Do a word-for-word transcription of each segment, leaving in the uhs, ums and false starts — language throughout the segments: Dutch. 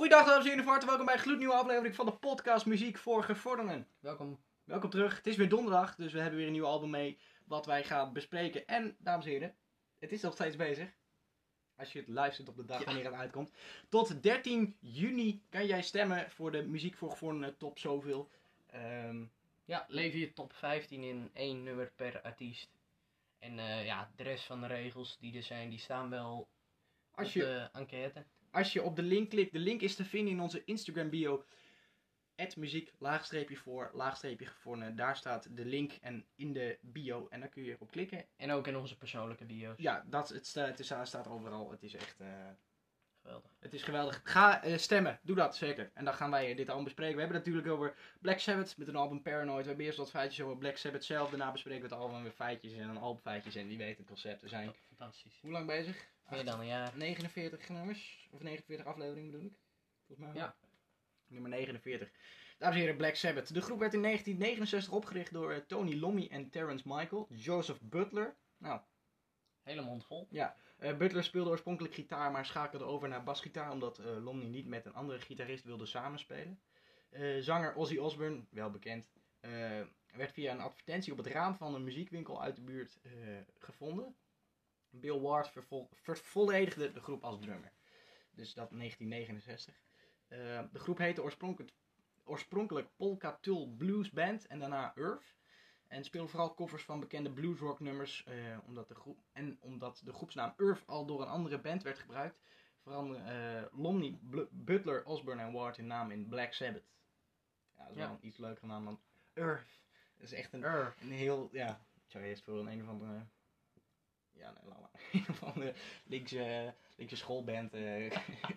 Goeiedag dames en heren, van harte welkom bij een gloednieuwe aflevering van de podcast Muziek voor Gevorderden. Welkom. Welkom terug, het is weer donderdag, dus we hebben weer een nieuw album mee wat wij gaan bespreken. En, dames en heren, het is nog steeds bezig. Als je het luistert op de dag Ja. wanneer het uitkomt. Tot dertien juni kan jij stemmen voor de Muziek voor Gevorderden top zoveel. Um, Ja, lever je top vijftien in één nummer per artiest. En uh, ja, de rest van de regels die er zijn, die staan wel als op je, de enquête. Als je op de link klikt, de link is te vinden in onze Instagram bio. at muziek, laagstreepje voor, laagstreepje gevorderden. Daar staat de link en in de bio en daar kun je erop klikken. En ook in onze persoonlijke bio's. Ja, dat, het, staat, het is, staat overal. Het is echt... Uh, geweldig. Het is geweldig. Ga uh, stemmen. Doe dat, zeker. En dan gaan wij dit album bespreken. We hebben het natuurlijk over Black Sabbath met een album Paranoid. We hebben eerst wat feitjes over Black Sabbath zelf. Daarna bespreken we het album weer feitjes en dan albumfeitjes. En wie weet het concept. We zijn... Fantastisch. Hoe lang bezig? Meer dan een jaar. negenenveertig nummers. Of negenenveertig afleveringen bedoel ik. Volgens mij. Ja. Nummer negenenveertig. Dames en heren, Black Sabbath. De groep werd in negentien negenenzestig opgericht door uh, Tony Iommi en Terence Michael. Joseph Butler. Nou. Hele mond vol. Ja. Uh, Butler speelde oorspronkelijk gitaar, maar schakelde over naar basgitaar omdat uh, Iommi niet met een andere gitarist wilde samenspelen. Uh, zanger Ozzy Osbourne, wel bekend, uh, werd via een advertentie op het raam van een muziekwinkel uit de buurt uh, gevonden. Bill Ward vervol- vervolledigde de groep als drummer. Dus dat in negentien negenenzestig. Uh, de groep heette oorspronkelijk, oorspronkelijk Polka Tull Blues Band en daarna Earth. En speelde vooral covers van bekende bluesrock nummers. Uh, omdat de groep, en omdat de groepsnaam Earth al door een andere band werd gebruikt, veranderde uh, Iommi, Bl- Butler, Osbourne en Ward hun naam in Black Sabbath. Ja, dat is Ja. wel een iets leukere naam dan Earth. Dat is echt een, Earth. een heel, ja, ik zou eerst voor een een of andere... Ja, nee, laat maar. Een of andere linkse, linkse schoolband. Uh,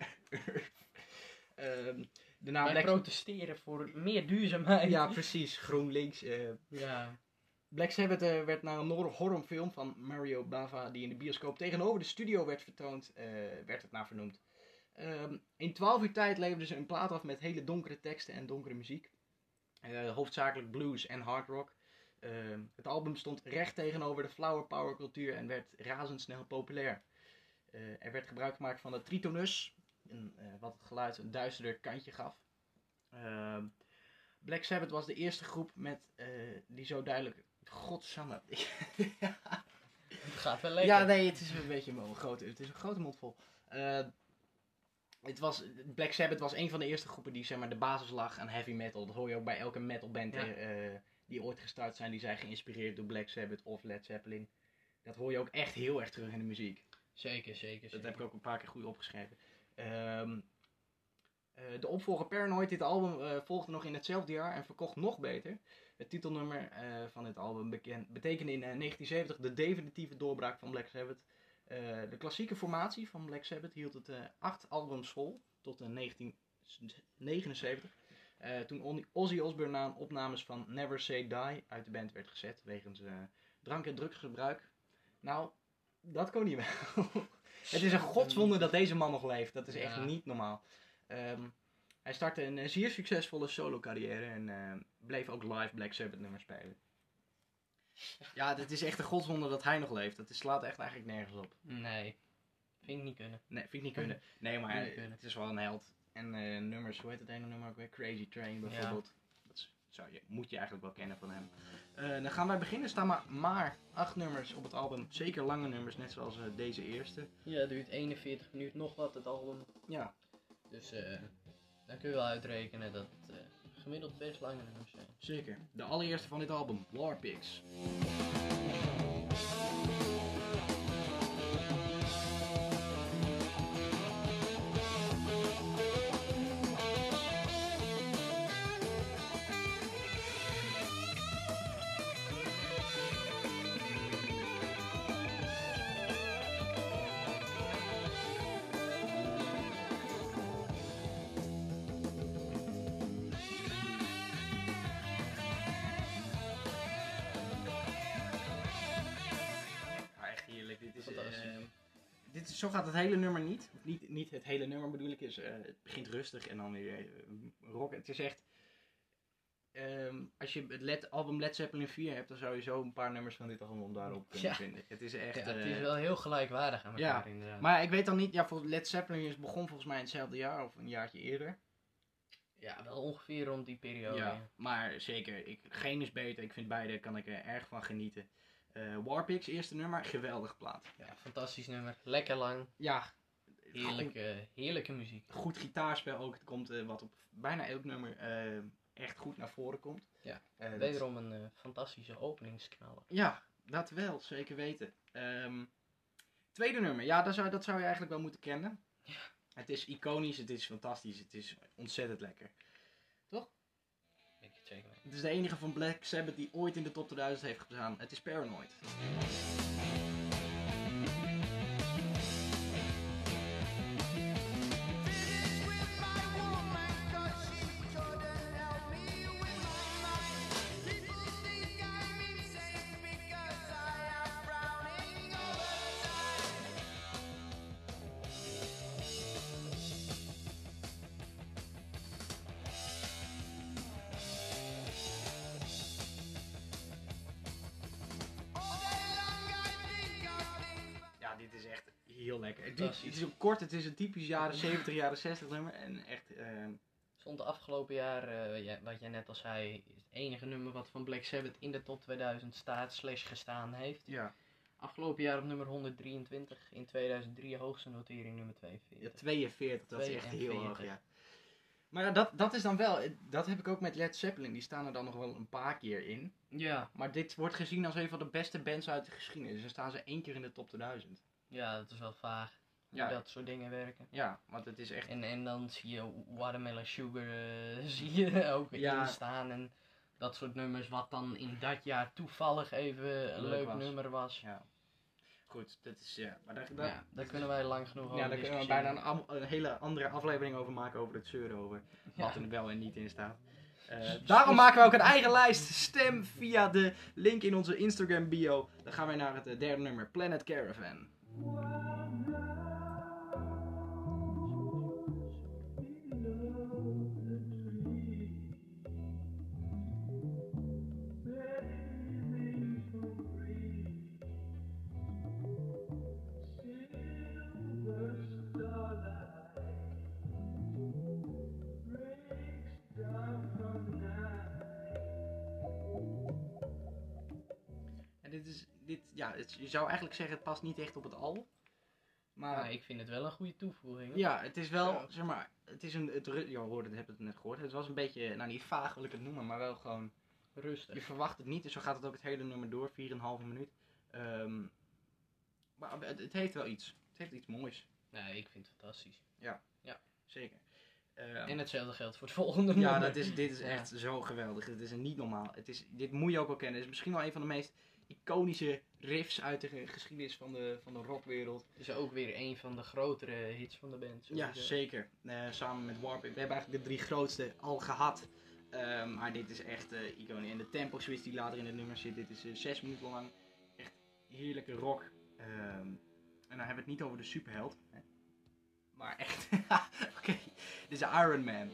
um, de naam Wij Black... protesteren voor meer duurzaamheid. Ja, precies. GroenLinks. Uh. Ja. Black Sabbath uh, werd naar een horrorfilm van Mario Bava, die in de bioscoop tegenover de studio werd vertoond, uh, werd het naar vernoemd. Um, in twaalf uur tijd leverden ze een plaat af met hele donkere teksten en donkere muziek. Uh, hoofdzakelijk blues en hard rock. Uh, het album stond recht tegenover de flower power cultuur en werd razendsnel populair. Uh, er werd gebruik gemaakt van de tritonus, een, uh, wat het geluid een duisterder kantje gaf. Uh, Black Sabbath was de eerste groep met, uh, die zo duidelijk... Godsamme. Ja. Het gaat wel lekker. Ja, nee, het is een beetje een grote, het is een grote mond vol. Uh, Het was, Black Sabbath was een van de eerste groepen die zeg maar, de basis lag aan heavy metal. Dat hoor je ook bij elke metalband ja. uh, die ooit gestart zijn. Die zijn geïnspireerd door Black Sabbath of Led Zeppelin. Dat hoor je ook echt heel erg terug in de muziek. Zeker, zeker. Dat zeker. heb ik ook een paar keer goed opgeschreven. Um, uh, de opvolger Paranoid, dit album, uh, volgde nog in hetzelfde jaar en verkocht nog beter. Het titelnummer uh, van dit album beken- betekende in uh, negentien zeventig de definitieve doorbraak van Black Sabbath. Uh, de klassieke formatie van Black Sabbath hield het uh, acht albums vol, tot uh, negentien negenenzeventig. Uh, toen Ozzy Osbourne na opnames van Never Say Die uit de band werd gezet, wegens uh, drank- en drugsgebruik. Nou, dat kon niet wel. Het is een godswonder dat deze man nog leeft, dat is echt ja. niet normaal. Um, hij startte een uh, zeer succesvolle solo carrière en uh, bleef ook live Black Sabbath nummers spelen. Ja, het is echt een godswonder dat hij nog leeft. Dat slaat echt eigenlijk nergens op. Nee, vind ik niet kunnen. Nee, vind ik niet kunnen. Nee, maar uh, het is wel een held. En uh, nummers, hoe heet het ene nummer ook weer? Crazy Train bijvoorbeeld. Ja. Dat is, zou je, moet je eigenlijk wel kennen van hem. Uh, dan gaan wij beginnen. Er staan maar, maar acht nummers op het album. Zeker lange nummers, net zoals uh, deze eerste. Ja, het duurt eenenveertig minuten nog wat, het album. Ja. Dus uh, dan kun je wel uitrekenen dat het uh, gemiddeld best lange nummers zijn. Zeker. De allereerste van dit album, War Pigs. Dit, zo gaat het hele nummer niet. Niet, niet het hele nummer bedoel ik. Is, uh, het begint rustig en dan weer uh, rock. Het is echt... ehm, als je het Led, album Led Zeppelin vier hebt, dan zou je zo een paar nummers van dit album daarop kunnen Ja. vinden. Het is echt... Ja, het eh, is wel heel gelijkwaardig aan elkaar Ja, inderdaad. Maar ik weet dan niet, ja, voor Led Zeppelin is begon volgens mij in hetzelfde jaar of een jaartje eerder. Ja, wel ongeveer rond die periode. Ja, Ja. maar zeker. Ik, geen is beter. Ik vind beide, kan ik er erg van genieten. Eh Warpix, eerste nummer, geweldig plaat. Ja, fantastisch nummer. Lekker lang. Ja, Heerlijke, heerlijke muziek. Goed, goed gitaarspel ook. Het komt eh, wat op bijna elk nummer eh, echt goed naar voren komt. Ja, Eh, dat- Wederom een eh, fantastische openingsknaller. Ja, dat wel, zeker weten. Ehm, tweede nummer, ja, dat zou, dat zou je eigenlijk wel moeten kennen. Ja. Het is iconisch, het is fantastisch, het is ontzettend lekker. Ben ik het zeker mee. Het is de enige van Black Sabbath die ooit in de top tweeduizend heeft gestaan. Het is Paranoid. Ja, dit is echt heel lekker. Het, duurt, het is ook kort, het is een typisch jaren zeventig, jaren zestig nummer. En echt... ehm, Stond de afgelopen jaar, eh, ja, wat jij net al zei, is het enige nummer wat van Black Sabbath in de top tweeduizend staat, slash gestaan heeft. ja, Afgelopen jaar op nummer honderddrieëntwintig, in tweeduizend drie hoogste notering nummer tweeënveertig. ja, tweeënveertig, dat is echt heel tweeënveertig. hoog, ja. Maar ja, dat, dat is dan wel, dat heb ik ook met Led Zeppelin, die staan er dan nog wel een paar keer in. Ja, Maar dit wordt gezien als een van de beste bands uit de geschiedenis. Dus dan staan ze één keer in de top tweeduizend. ja, dat is wel vaag. Hoe Ja. dat soort dingen werken. Ja, want het is echt... En, en dan zie je Watermelon Sugar eh, zie je ook Ja. in staan en dat soort nummers wat dan in dat jaar toevallig even een Leuk leuk was. nummer was. Ja. Goed, dat is, ja, maar daar, daar, Ja, daar kunnen wij lang genoeg over ja, daar kunnen we discussiëren. bijna een, am- een hele andere aflevering over maken, over het zeuren over Ja. wat er wel en niet in staat. Eh, daarom maken we ook een eigen lijst. Stem via de link in onze Instagram bio. Dan gaan wij naar het eh, derde nummer, Planet Caravan. En dit is, dit, ja, het, je zou eigenlijk zeggen het past niet echt op het album. Maar Maar ik vind het wel een goede toevoeging. ja, het is wel, Ja. zeg maar, het is een, het, ru- ja, hoorde, heb het net gehoord. Het was een beetje, nou niet vaag wil ik het noemen, maar wel gewoon, Rustig. je verwacht het niet. Dus zo gaat het ook het hele nummer door, vier komma vijf minuut. Ehm, maar het, het heeft wel iets. Het heeft iets moois, Nee, ik vind het fantastisch. zeker. Ehm, En hetzelfde geldt voor het volgende nummer. ja, dat is, dit is Ja. echt zo geweldig. Het is niet normaal. Het is, dit moet je ook wel kennen. Het is misschien wel een van de meest iconische riffs uit de ge- geschiedenis van de, van de rockwereld. Het is ook weer een van de grotere hits van de band. Ja, sowieso. zeker. Eh, samen met Warping. We hebben eigenlijk de drie grootste al gehad. Ehm, maar dit is echt eh iconisch. En de tempo switch die later in het nummer zit, dit is eh, zes minuten lang. Echt heerlijke rock. Ehm, en dan hebben we het niet over de superheld. Hè. Maar echt, oké. Dit is Iron Man.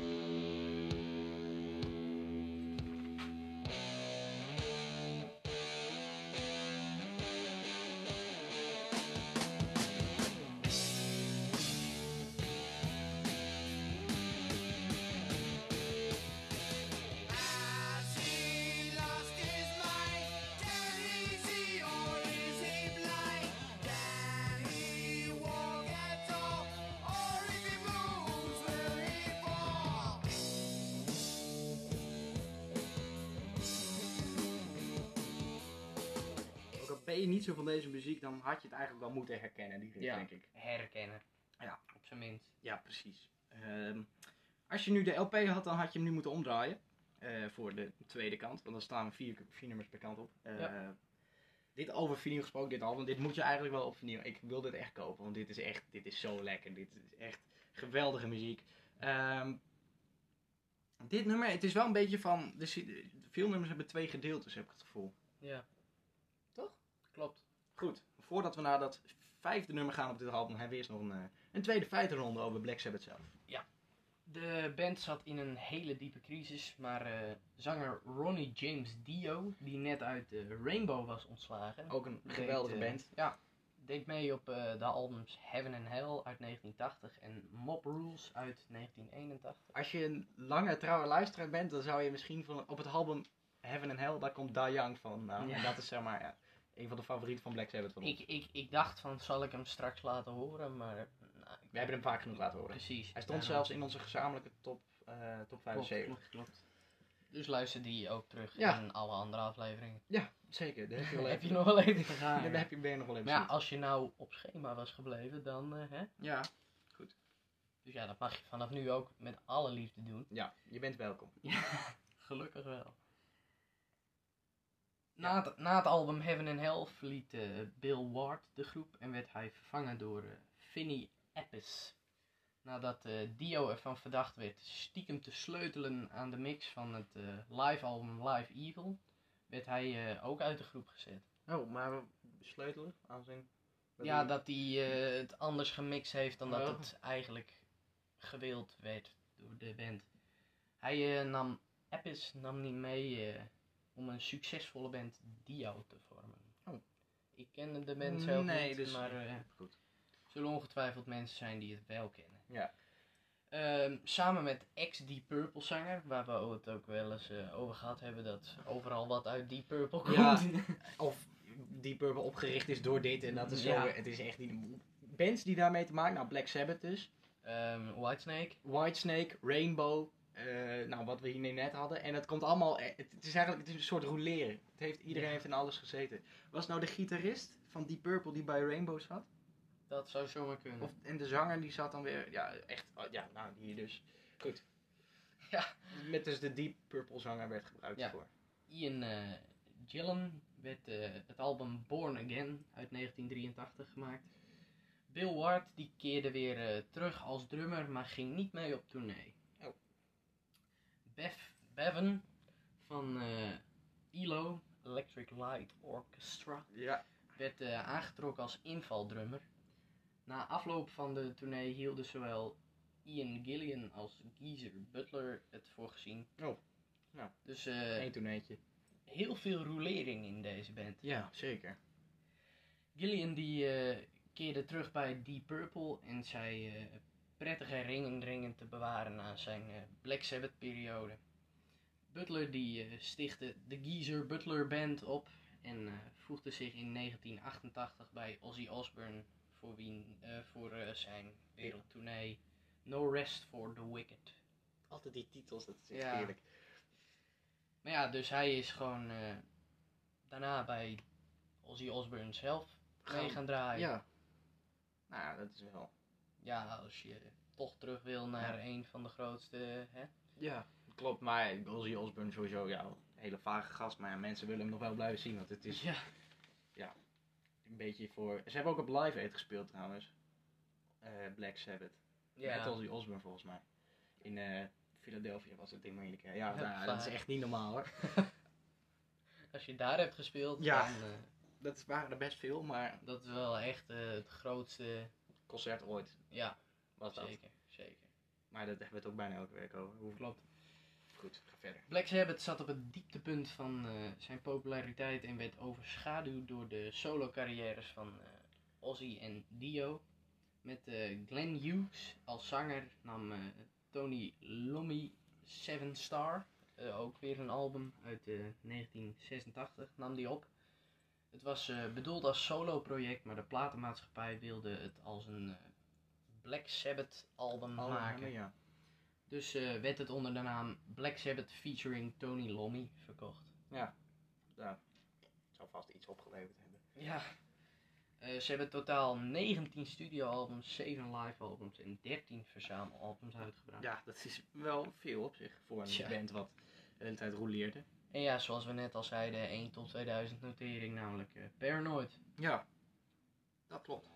Has he lost his mind? Can he see or is he blind? Can he walk at all? Or if he moves, will he fall? Ook al ben je niet zo van deze muziek, dan had je het eigenlijk wel moeten herkennen, die riff, Ja. denk ik. Herkennen. Ja. Op zijn minst. Ja, precies. Ehm, als je nu de L P had, dan had je hem nu moeten omdraaien. eh, voor de tweede kant, want dan staan vier, vier nummers per kant op. Eh, Ja. Dit over vinyl gesproken, dit album, dit moet je eigenlijk wel op vinyl. Ik wil dit echt kopen, want dit is echt, dit is zo lekker. Dit is echt geweldige muziek. Ehm, dit nummer, het is wel een beetje van, de, si- veel nummers hebben twee gedeeltes, heb ik het gevoel. Ja. Toch? Klopt. Goed, voordat we naar dat vijfde nummer gaan op dit album, hebben we eerst nog een, eh, een tweede feitenronde over Black Sabbath zelf. De band zat in een hele diepe crisis, maar eh, zanger Ronnie James Dio, die net uit eh, Rainbow was ontslagen, Ook een deed, geweldige eh, band. Ja, deed mee op eh, de albums Heaven and Hell uit negentien tachtig en Mob Rules uit negentien eenentachtig. Als je een lange trouwe luisteraar bent, dan zou je misschien van op het album Heaven and Hell, daar komt Da Young van. Nou, Ja. En dat is zeg maar ja, een van de favorieten van Black Sabbath van ons. Ik, ik, ik dacht van, zal ik hem straks laten horen, maar... eh, Nou, ik- We hebben hem vaak genoeg laten horen. Precies. Hij stond daarom. zelfs in onze gezamenlijke top, eh top Klopt, vijfenzeventig. klopt, klopt. Dus luister die ook terug Ja. in alle andere afleveringen. Ja, zeker. Daar heb je wel Heb je even, nog wel even te gaan. daar heb je ben je nog wel even Maar ja, zitten. als je nou op schema was gebleven, dan eh, hè. Ja, Dus ja, dat mag je vanaf nu ook met alle liefde doen. ja, je bent welkom. Ja, gelukkig wel. Na, het, na het album Heaven and Hell verliet eh, Bill Ward de groep en werd hij vervangen door eh Vinnie Appice. Nadat eh, Dio ervan verdacht werd stiekem te sleutelen aan de mix van het eh, live album Live Evil, werd hij eh, ook uit de groep gezet. Oh, maar we sleutelen aan zijn... Ja, dat hij eh, het anders gemixt heeft dan dat Oh. het eigenlijk gewild werd door de band. Hij eh, nam, Appice nam niet mee eh, om een succesvolle band Dio te vormen. Oh. Ik ken de band zelf Nee, niet, dus- maar eh, Goed. er zullen ongetwijfeld mensen zijn die het wel kennen. Ja. Ehm, samen met ex-Deep Purple zanger, waar we het ook wel eens eh, over gehad hebben, dat overal wat uit Deep Purple komt. Ja. Of Deep Purple opgericht is door dit en dat is zo. Ja. Het is echt niet... Bands die daarmee te maken, nou Black Sabbath dus. Ehm, Whitesnake. Whitesnake, Rainbow, eh, nou wat we hier net hadden. En het komt allemaal, eh, het, het is eigenlijk het is een soort roleren. Het heeft, iedereen Ja. heeft in alles gezeten. Was nou de gitarist van Deep Purple die bij Rainbow zat? Dat zou zomaar kunnen. Of, en de zanger die zat dan weer, ja echt, oh, ja nou hier dus. Goed. Ja. Met dus de Deep Purple zanger werd gebruikt Ja. voor. Ian eh, Gillan werd eh, het album Born Again uit negentien drieëntachtig gemaakt. Bill Ward die keerde weer eh, terug als drummer, maar ging niet mee op tournee. Oh. Bev, Bevan van eh E L O, Electric Light Orchestra, Ja. werd eh, aangetrokken als invaldrummer. Na afloop van de tournee hielden zowel Ian Gillan als Geezer Butler het voor gezien. Oh, nou. Dus eh, Eén tourneetje. heel veel rolering in deze band. Ja, zeker. Gillian die eh, keerde terug bij Deep Purple en zei eh, prettige herinneringen te bewaren aan zijn eh, Black Sabbath periode. Butler die eh, stichtte de Geezer Butler Band op en eh, voegde zich in negentien achtentachtig bij Ozzy Osbourne voor, wie, eh, voor eh, zijn wereldtournee No Rest for the Wicked. Altijd die titels, dat is echt Ja. heerlijk. Maar ja, dus hij is gewoon eh, daarna bij Ozzy Osbourne zelf mee gaan draaien. Ja. Nou ja, dat is wel. Ja, als je toch terug wil naar Ja. een van de grootste, hè? Ja, klopt. Maar Ozzy Osbourne sowieso, ja, een hele vage gast. Maar ja, mensen willen hem nog wel blijven zien. Want het is Ja. een beetje voor... Ze hebben ook op Live Aid gespeeld trouwens. Eh, Black Sabbath. Met Ozzy Osbourne volgens mij. In eh, Philadelphia was het in Amerika. Ja, Ja, nou, dat is vaak. echt niet normaal hoor. Als je daar hebt gespeeld, Ja. dan eh, Dat waren er best veel, maar dat is wel echt eh, het grootste. concert ooit Ja, was dat. zeker, zeker. Maar dat hebben we het ook bijna elke week over. Hoe... Klopt. Goed, ga verder. Black Sabbath zat op het dieptepunt van eh, zijn populariteit en werd overschaduwd door de solo-carrières van eh, Ozzy en Dio. Met eh, Glenn Hughes als zanger nam eh, Tony Iommi Seven Star, eh, ook weer een album uit eh, negentien zesentachtig, nam die op. Het was eh, bedoeld als solo-project, maar de platenmaatschappij wilde het als een eh, Black Sabbath album Alle maken. namen, ja. Dus eh, werd het onder de naam Black Sabbath featuring Tony Iommi verkocht. Ja. Ja. Het zou vast iets opgeleverd hebben. Ja. Eh, ze hebben totaal negentien studioalbums, zeven live albums en dertien verzamelalbums uitgebracht. Ja, dat is wel veel op zich voor een Tja. band wat de hele tijd roleerde. En ja, zoals we net al zeiden, één tot tweeduizend notering, namelijk eh, Paranoid. Ja, dat klopt.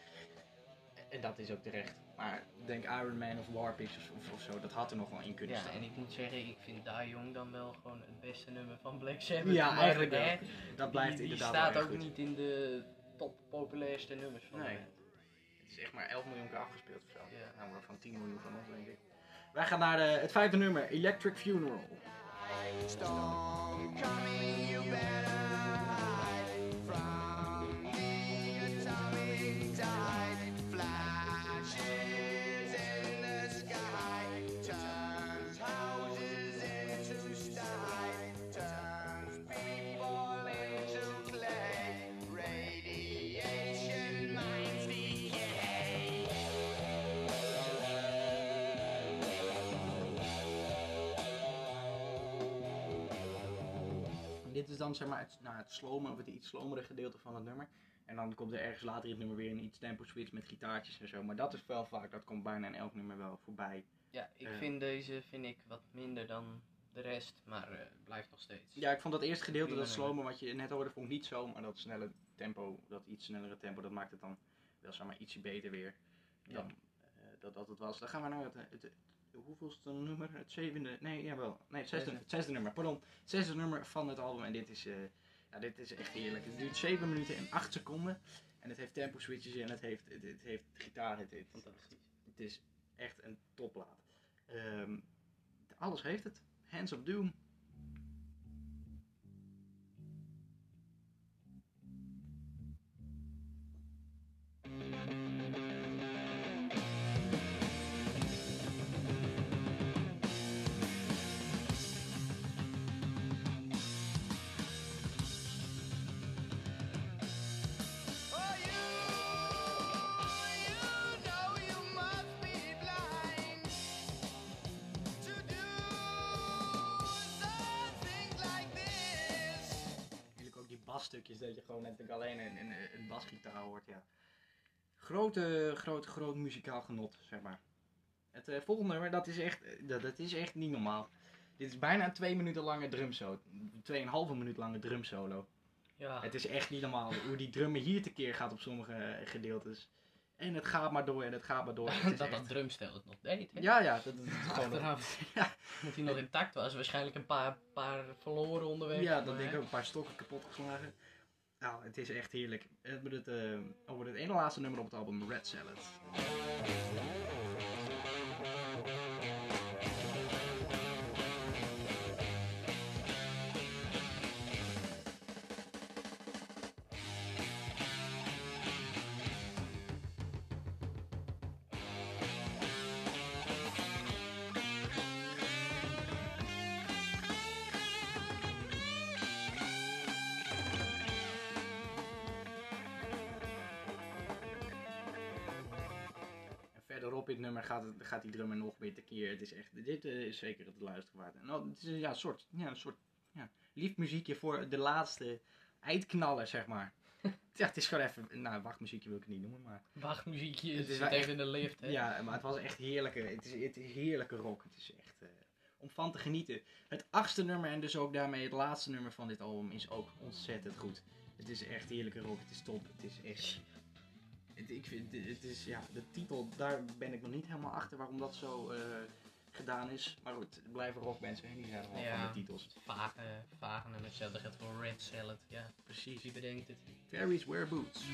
En dat is ook terecht. Maar ik denk Iron Man of Warpigs of, of, of zo, dat had er nog wel in kunnen Ja, staan. en ik moet zeggen, ik vind Da Young dan wel gewoon het beste nummer van Black Sabbath. Ja, Maar, eigenlijk wel. hè, Dat blijft die, die inderdaad staat wel ook erg goed. niet in de top populairste nummers van Nee. de band. Het is echt maar elf miljoen keer afgespeeld of zo. Ja. Nou, waarvan tien miljoen van ons denk ik. Wij gaan naar de, het vijfde nummer, Electric Funeral. Storm coming, you better hide from the atomic tide. Flashes in the sky, turns houses into sty, turns people into clay. Radiation minds decay. Dit is dan zeg maar het, nou, het slome of het iets slomere gedeelte van het nummer. En dan komt er ergens later in het nummer weer een iets tempo switch met gitaartjes en zo. Maar dat is wel vaak, dat komt bijna in elk nummer wel voorbij. Ja, ik Eh. vind deze vind ik wat minder dan de rest, maar eh, het blijft nog steeds. Ja, ik vond dat eerste gedeelte, Prima dat slome wat je net hoorde, vond ik niet zo. Maar dat snelle tempo, dat iets snellere tempo, dat maakt het dan wel zeg maar ietsje beter weer dan eh, dat, dat het was. Dan gaan we naar het, het, het hoeveelste nummer? Het zevende? Nee, jawel. Nee, het zesde, het zesde nummer, pardon. Het zesde nummer van het album en dit is, uh, ja, dit is echt heerlijk. Het duurt zeven minuten en acht seconden. En het heeft tempo switches in, het heeft, het, het heeft gitaar, het, het, Fantastisch. het is echt een topplaat. Um, alles heeft het. Hands of Doom. Oh, you, you know you must be blind to do something like this. Natuurlijk ook die basstukjes, dat je gewoon net alleen een, een, een basgitaar hoort, ja. Grote, groot, groot muzikaal genot, zeg maar. Het uh, volgende nummer, dat is, echt, uh, dat, dat is echt niet normaal. Dit is bijna een twee minuten lange drumsolo. Tweeënhalve minuut lange drumsolo. Ja, Het is echt niet normaal hoe die drummer hier tekeer gaat op sommige uh, gedeeltes. En het gaat maar door en het gaat maar door. Het is dat echt- dat drumstel het nog deed, hè? Ja, ja, dat, dat is gewoon... Achteraf, Ja. dat hij nog intact was. Waarschijnlijk een paar, paar verloren onderweg. Ja, dat maar, denk ik hè. ook. Een paar stokken kapot geslagen. Nou, het is echt heerlijk. Het, het, uh, over het ene laatste nummer op het album, Red Salad. En verderop in het nummer gaat, het, gaat die drummer nog weer tekeer. Het is echt, dit uh, is zeker het luisteren waard. En nou, het is ja, een soort, ja, een soort ja, lief muziekje voor de laatste eindknaller, zeg maar. Ja, het is gewoon even, nou, wachtmuziekje wil ik het niet noemen, maar... Wachtmuziekje, Het het is is wel even echt- in de lift, hè? Ja, maar het was echt heerlijke, het is, het is heerlijke rock. Het is echt uh, om van te genieten. Het achtste nummer en dus ook daarmee het laatste nummer van dit album is ook ontzettend goed. Het is echt heerlijke rock, het is top, het is echt... Het, ik vind, het, het is, ja, de titel, daar ben ik nog niet helemaal achter waarom dat zo uh, gedaan is. Maar goed, het blijven rockbands en die zijn wel Ja. van de titels. Vage, vage nummers, hetzelfde geldt voor Red Salad. Ja, Precies. wie bedenkt het? Fairies Wear Boots.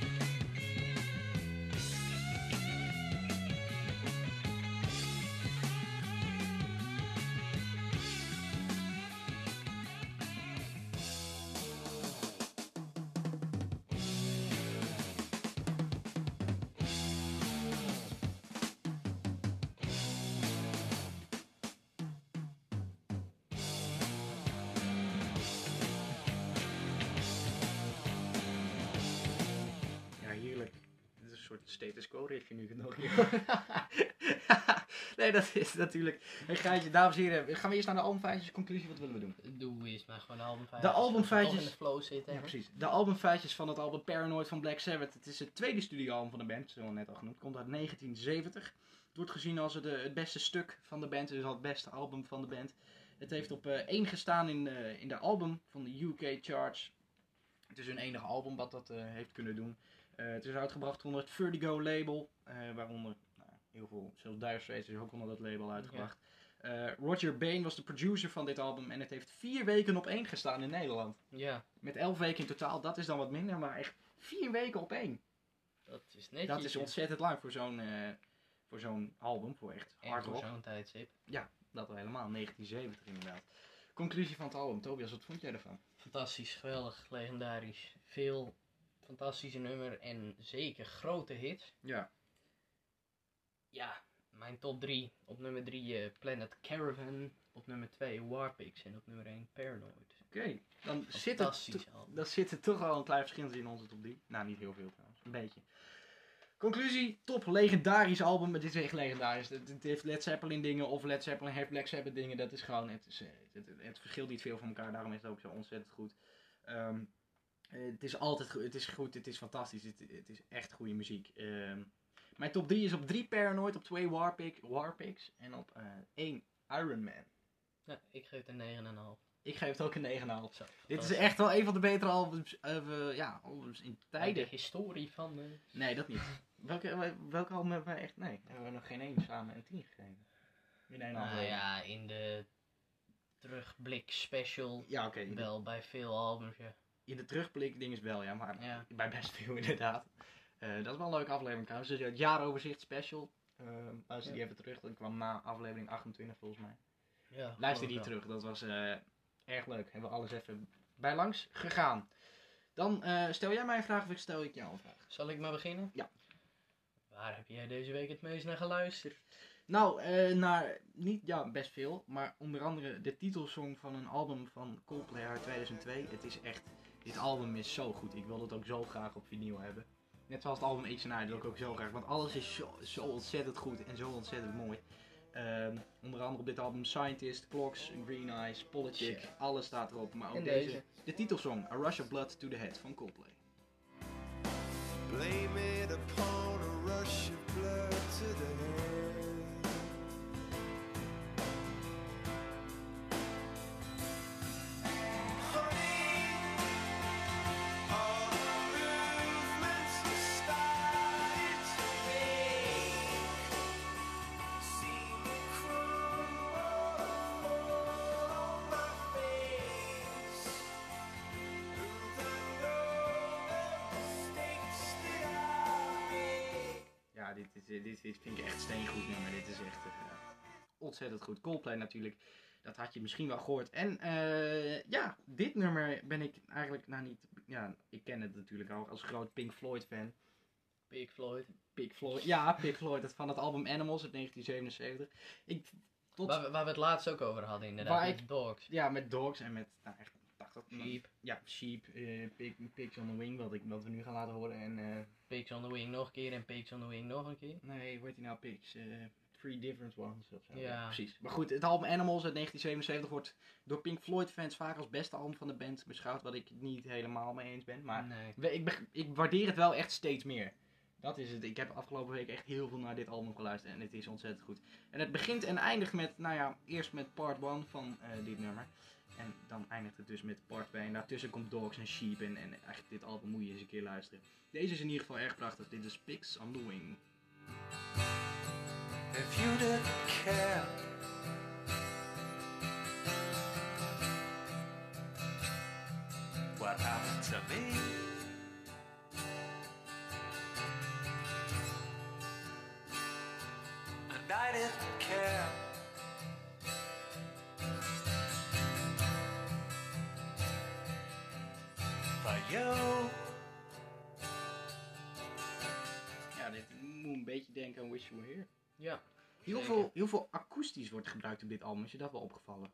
Ja, heerlijk. Dit is een soort status quo riffje nu ik het nog hier. Nee, dat is natuurlijk een geitje. Dames en heren, gaan we eerst naar de albumfeitjes. Conclusie, wat willen we doen? Doe eens maar gewoon de albumfeitjes. De albumfeitjes- Toch in de flow zitten. Ja, hè? precies. De albumfeitjes van het album Paranoid van Black Sabbath. Het is het tweede studioalbum van de band, zoals net al genoemd. Komt uit negentien zeventig. Het wordt gezien als het, eh, het beste stuk van de band. Dus al het beste album van de band. Het heeft op eh, één gestaan in, eh, in de album van de U K charts. Het is hun enige album wat dat eh, heeft kunnen doen. Eh, het is uitgebracht onder het Vertigo label. eh, waaronder nou, heel veel, zelfs Dire Straits is ook onder dat label uitgebracht. Eh, Roger Bane was de producer van dit album. En het heeft vier weken op één gestaan in Nederland. Ja, Met elf weken in totaal, dat is dan wat minder, maar echt vier weken op één. dat is netjes. Dat is ja. ontzettend lang voor zo'n eh, Voor zo'n album, voor echt En hard voor rock. zo'n tijdstip. Dat wel helemaal, negentien zeventig inderdaad. Conclusie van het album. Tobias, wat vond jij ervan? Fantastisch, geweldig, legendarisch. Veel fantastische nummer en zeker grote hits. Ja. Ja, mijn top drie. Op nummer drie Planet Caravan. Op nummer twee Warpix. En op nummer één Paranoid. Oké, okay. dan, zit het Fantastisch to- album. dan zit er toch al een klein verschil in onze top drie. Nou, niet heel veel trouwens. Een beetje. Conclusie, top, legendarisch album. Het is echt legendarisch. Het, het heeft Led Zeppelin dingen of Led Zeppelin heeft Black Sabbath dingen. Dat is gewoon, het, is, eh, het, het, het verschilt niet veel van elkaar. Daarom is het ook zo ontzettend goed. Ehm, eh, het is altijd goed, het is goed, het is fantastisch. Het, het is echt goede muziek. Ehm, mijn top drie is op drie Paranoid, op twee Warpix, Warpix en op uh, één Iron Man. Ja, ik geef het een negen komma vijf. Ik geef het ook een negen komma vijf. Zo, Dit is fantastisch. echt wel een van de betere albums, uh, ja, albums in Uit tijden. de historie van de... Nee, dat niet. Welke, welke album hebben wij echt? Nee, hebben we nog geen één samen een tien gegeven. In één Nou aflevering. ja, in de terugblik special. Ja, oké. in de- Wel bij veel albums, ja. In de terugblik ding is wel, ja, maar Ja. bij best veel inderdaad. Uh, dat is wel een leuke aflevering trouwens. Dus het jaaroverzicht special. Uh, luister die Ja. even terug. Dat kwam na aflevering achtentwintig volgens mij. ja Luister die geloof ik terug. Dat was uh, erg leuk. Hebben we alles even bij langs gegaan. Dan uh, stel jij mij een vraag of stel ik jou een vraag? wel. Zal ik maar beginnen? Ja. Waar heb jij deze week het meest naar geluisterd? Nou, uh, naar niet, ja, best veel. Maar onder andere de titelsong van een album van Coldplay uit tweeduizend twee. Het is echt, dit album is zo goed. Ik wil het ook zo graag op vinyl hebben. Net zoals het album X en Y, dat wil ik ook zo graag. Want alles is zo, zo ontzettend goed en zo ontzettend mooi. Um, onder andere op dit album Scientist, Clocks, Green Eyes, Politic, Tja. alles staat erop. Maar ook En deze, deze. de titelsong A Rush of Blood to the Head van Coldplay. Blame it upon a rush of blood to the head. Honey, all the movements are starting to make seem to crumble on my face. And I know the mistakes that I make. Ja, dit, is, dit, dit vind ik echt steengoed nummer. Dit is echt uh, ontzettend goed. Coldplay natuurlijk, dat had je misschien wel gehoord. En uh, ja, dit nummer ben ik eigenlijk, nou niet, ja, ik ken het natuurlijk al als groot Pink Floyd fan. Pink Floyd. Pink Floyd, ja, Pink Floyd, het van het album Animals uit negentien zevenenzeventig. Ik, tot, Waar, we- waar we het laatst ook over hadden inderdaad. Waar Met ik- Dogs. ja, met Dogs en met, nou echt, tachtig, Sheep. ja, Sheep, uh, Pig, Pigs on the Wing, wat, ik, wat we nu gaan laten horen. En, uh, Pigs on the Wing nog een keer en Pigs on the Wing nog een keer. nee, hoe heet die nou, Pigs? Uh, Three Different Ones of zo. Ja. Precies. Maar goed, het album Animals uit negentien zevenenzeventig wordt door Pink Floyd fans vaak als beste album van de band beschouwd, wat ik niet helemaal mee eens ben. Maar Nee. we- ik, beg- ik waardeer het wel echt steeds meer. Dat is het. Ik heb afgelopen week echt heel veel naar dit album geluisterd en het is ontzettend goed. En het begint en eindigt met, nou ja, eerst met part one van uh, dit nummer. En dan eindigt het dus met part twee. En daartussen komt Dogs en Sheep en, en echt dit album moet je eens een keer luisteren. Deze is in ieder geval erg prachtig. Dit is Pigs on the Wing. If you didn't care, what happened to me? And I didn't care. For you. Ja, dit moet een beetje denken aan Wish You Were Here. Ja. Heel Zeker. veel, heel veel akoestisch wordt gebruikt op dit album. Is je dat wel opgevallen?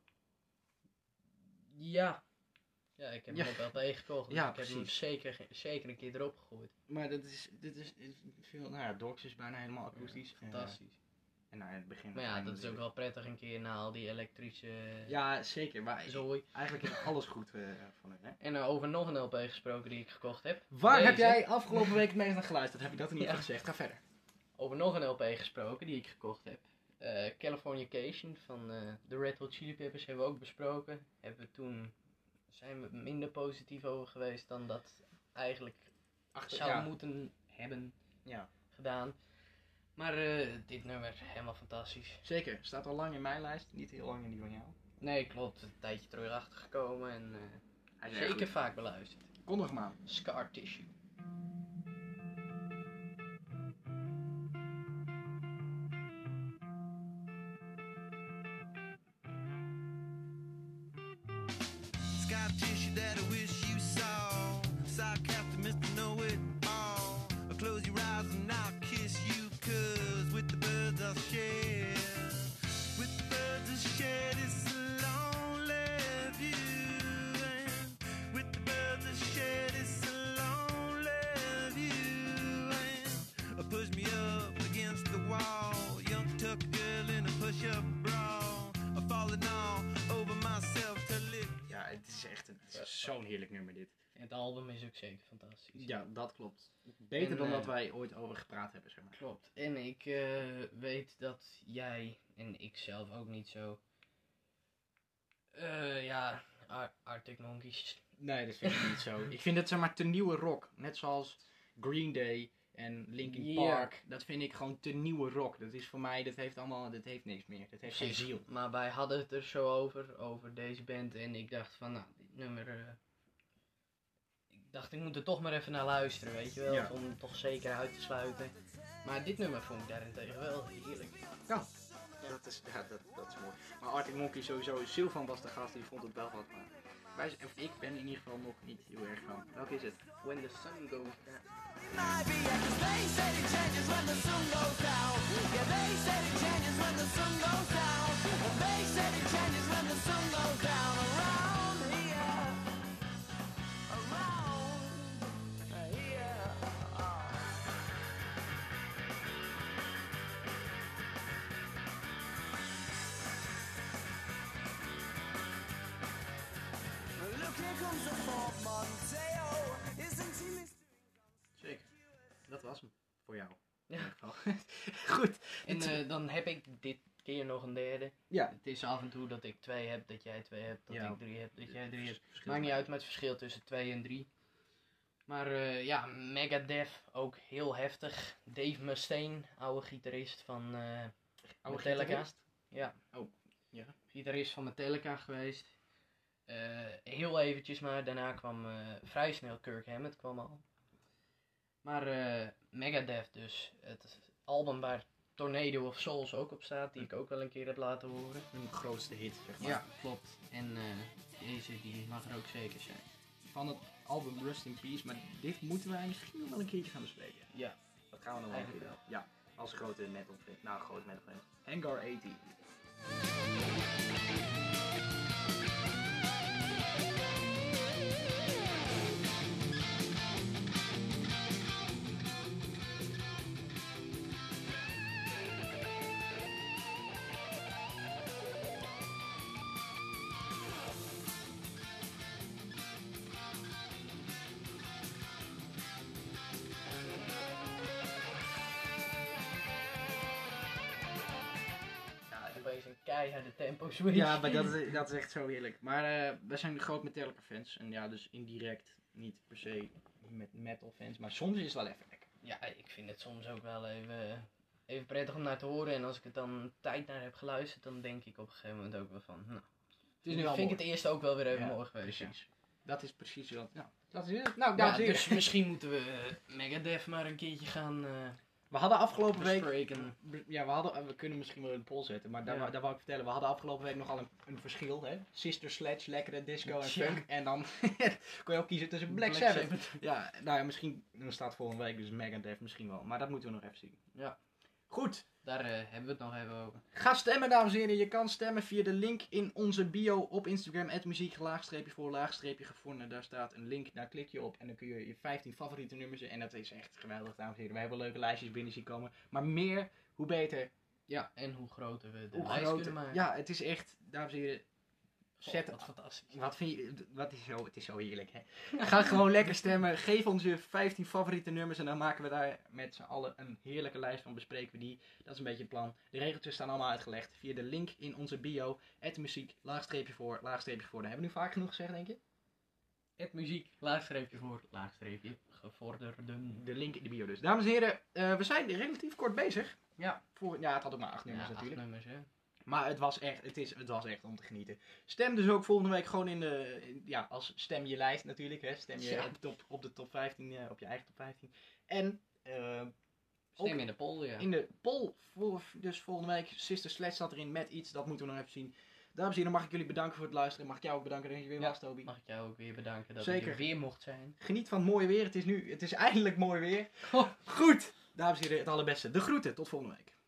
Ja. Ja, ik heb Ja. hem op L P gekocht. Dus Ja, ik heb hem precies. zeker, zeker een keer erop gegooid. Maar dat is, dit is, is veel, nou ja, Dogs is bijna helemaal akoestisch. Ja, fantastisch. Eh, en nou, in het begin. Maar ja, dat is ook natuurlijk. wel prettig een keer na al die elektrische Ja, zeker. Maar zooi. eigenlijk is alles goed uh, van het, hè? En uh, over nog een L P gesproken die ik gekocht heb. Waar Deze. heb jij afgelopen week het meest naar geluisterd? Heb ik dat er niet Ja. van gezegd? Ga verder. Over nog een L P gesproken die ik gekocht heb. Uh, Californication van uh, de Red Hot Chili Peppers hebben we ook besproken. Hebben we toen, zijn we minder positief over geweest dan dat eigenlijk Achter, zou ja. moeten hebben Ja, gedaan. Maar uh, dit nummer, helemaal fantastisch. zeker. Staat al lang in mijn lijst. Niet heel lang in die van jou. Nee, klopt. Een tijdje terug achtergekomen en uh, Hij is erg zeker goed. vaak beluisterd. Kondig maar. Scar Tissue. scar tissue that I wish you saw. Sarcastic Mister Know-It-All. I'll close your eyes and I'll kiss you, cause with the birds I'll share. With the birds I'll share this lonely view. And with the birds I'll share this lonely view. And push me up against the wall. Young tuck girl in a push-up bra. I'm falling all over myself to live. Ja, het is echt een, het is zo'n heerlijk nummer dit. En het album is ook zeker fantastisch. Ja, dat klopt. Beter En, dan eh, dat wij ooit over gepraat hebben, zeg maar. Klopt. En ik eh, weet dat jij en ik zelf ook niet zo... eh ja, Ar- Arctic Monkeys. Nee, dat vind ik niet zo. Ik vind het zeg maar te nieuwe rock. Net zoals Green Day en Linkin Ja. Park. Dat vind ik gewoon te nieuwe rock. Dat is voor mij, dat heeft allemaal, dat heeft niks meer. Dat heeft geen Precies. ziel. Maar wij hadden het er zo over, over deze band. En ik dacht van, nou, dit nummer... eh, ik dacht, ik moet er toch maar even naar luisteren, weet je wel. Ja. Om het toch zeker uit te sluiten. Maar dit nummer vond ik daarentegen wel heerlijk. Ja, dat is, ja dat, dat is mooi. Maar Arctic Monkeys sowieso, Sylvan was de gast, die vond het wel wat. Maar wij, of ik ben in ieder geval nog niet heel erg van. Welke is het? When the sun goes down. Might be at the they said it changes when the sun goes down. Yeah, they said it changes when the sun goes down. And they said it changes when the sun goes down. Around here, around here. Look, here comes the portmanteau. Isn't he Mister Zeker. Dat was hem. Voor jou. Ja. In ieder geval. Goed. En eh, dan heb ik dit keer nog een derde. Ja. Het is af en toe dat ik twee heb, dat jij twee hebt, dat Ja. ik drie heb, dat jij drie hebt. Verschil Maakt niet maar. uit met het verschil tussen twee en drie. Maar eh, ja, Megadeth, ook heel heftig. Dave Mustaine, oude gitarist van eh Oude Metallica. gitarist? Ja. Oh, ja. Gitarist van Metallica geweest. Eh, heel eventjes maar, daarna kwam eh, vrij snel Kirk Hammett kwam al. Maar eh, Megadeth dus, het album waar Tornado of Souls ook op staat, die ik ook wel een keer heb laten horen. Hun grootste hit, zeg maar. Ja, klopt. En eh, deze die mag er ook zeker zijn. Van het album Rust in Peace, maar dit moeten wij misschien nog wel een keertje gaan bespreken. Ja. Dat gaan we nog wel een keer Eigenlijk doen. Ja, als grote metal fan. Nou, groot metal fan. Hangar tachtig. Opeens een keiharde tempo switch. Ja, maar dat is, dat is echt zo heerlijk. Maar uh, wij zijn groot Metallica fans. En ja, dus indirect niet per se met metal fans. Maar soms is het wel even lekker. Ja, ik vind het soms ook wel even, even prettig om naar te horen. En als ik het dan een tijd naar heb geluisterd, dan denk ik op een gegeven moment ook wel van, nou, Het is nu al vind ik mooi. het eerste ook wel weer even Ja, mooi geweest. ja. Precies. Dat is precies wat. Nou, dat is het. Nou, Ja, dames en heren. dus misschien moeten we eh, Megadeth maar een keertje gaan eh We hadden afgelopen week. bespreken. Ja, we, hadden, we kunnen misschien wel een poll zetten, maar daar, Ja. wou- daar wou ik vertellen. We hadden afgelopen week nogal een, een verschil, hè? Sister Sledge, lekkere disco en Ja. funk. En dan kon je ook kiezen tussen Black, Black Sabbath. Sabbath. Ja, nou ja, misschien dan staat volgende week dus Megadeth misschien wel, maar dat moeten we nog even zien. Ja. Goed, Daar eh, hebben we het nog even over. ga stemmen dames en heren. Je kan stemmen via de link in onze bio op Instagram, at muziek, laagstreepje voor, laagstreepje gevonden. Daar staat een link, daar klik je op en dan kun je je vijftien favoriete nummers, en dat is echt geweldig dames en heren. We hebben leuke lijstjes binnen zien komen, maar meer, hoe beter, Ja, en hoe groter we de hoe lijst groter. kunnen maken. Ja, het is echt, dames en heren, God, zet wat fantastisch. Wat vind je, wat is zo, het is zo heerlijk hè. Ga gewoon lekker stemmen, geef ons je vijftien favoriete nummers en dan maken we daar met z'n allen een heerlijke lijst van, bespreken we die. Dat is een beetje het plan. De regeltjes staan allemaal uitgelegd via de link in onze bio, at muziek, laagstreepje voor, laagstreepje voor. Dat hebben we nu vaak genoeg gezegd denk je? Het muziek, laagstreepje voor, laagstreepje, gevorderden. De link in de bio dus. Dames en heren, uh, we zijn relatief kort bezig. Ja. Voor, ja, het had ook maar acht Ja, nummers acht natuurlijk. nummers hè. Maar het was, echt, het, is, het was echt om te genieten. Stem dus ook volgende week gewoon in de, in- ja, als stem je lijst natuurlijk, hè. Stem je Ja. op, top, op de top vijftien, eh, op je eigen top vijftien. En eh, Stem ook in de poll, ja. in de poll, voor, dus volgende week, Sister Sledge staat erin met iets, dat moeten we nog even zien. Dames en heren, mag ik jullie bedanken voor het luisteren. Mag ik jou ook bedanken dat je weer Ja, was, Toby. Mag ik jou ook weer bedanken dat Zeker. ik er weer mocht zijn. Geniet van het mooie weer. Het is nu, het is eindelijk mooi weer. Goed, dames en heren, het allerbeste. De groeten, tot volgende week.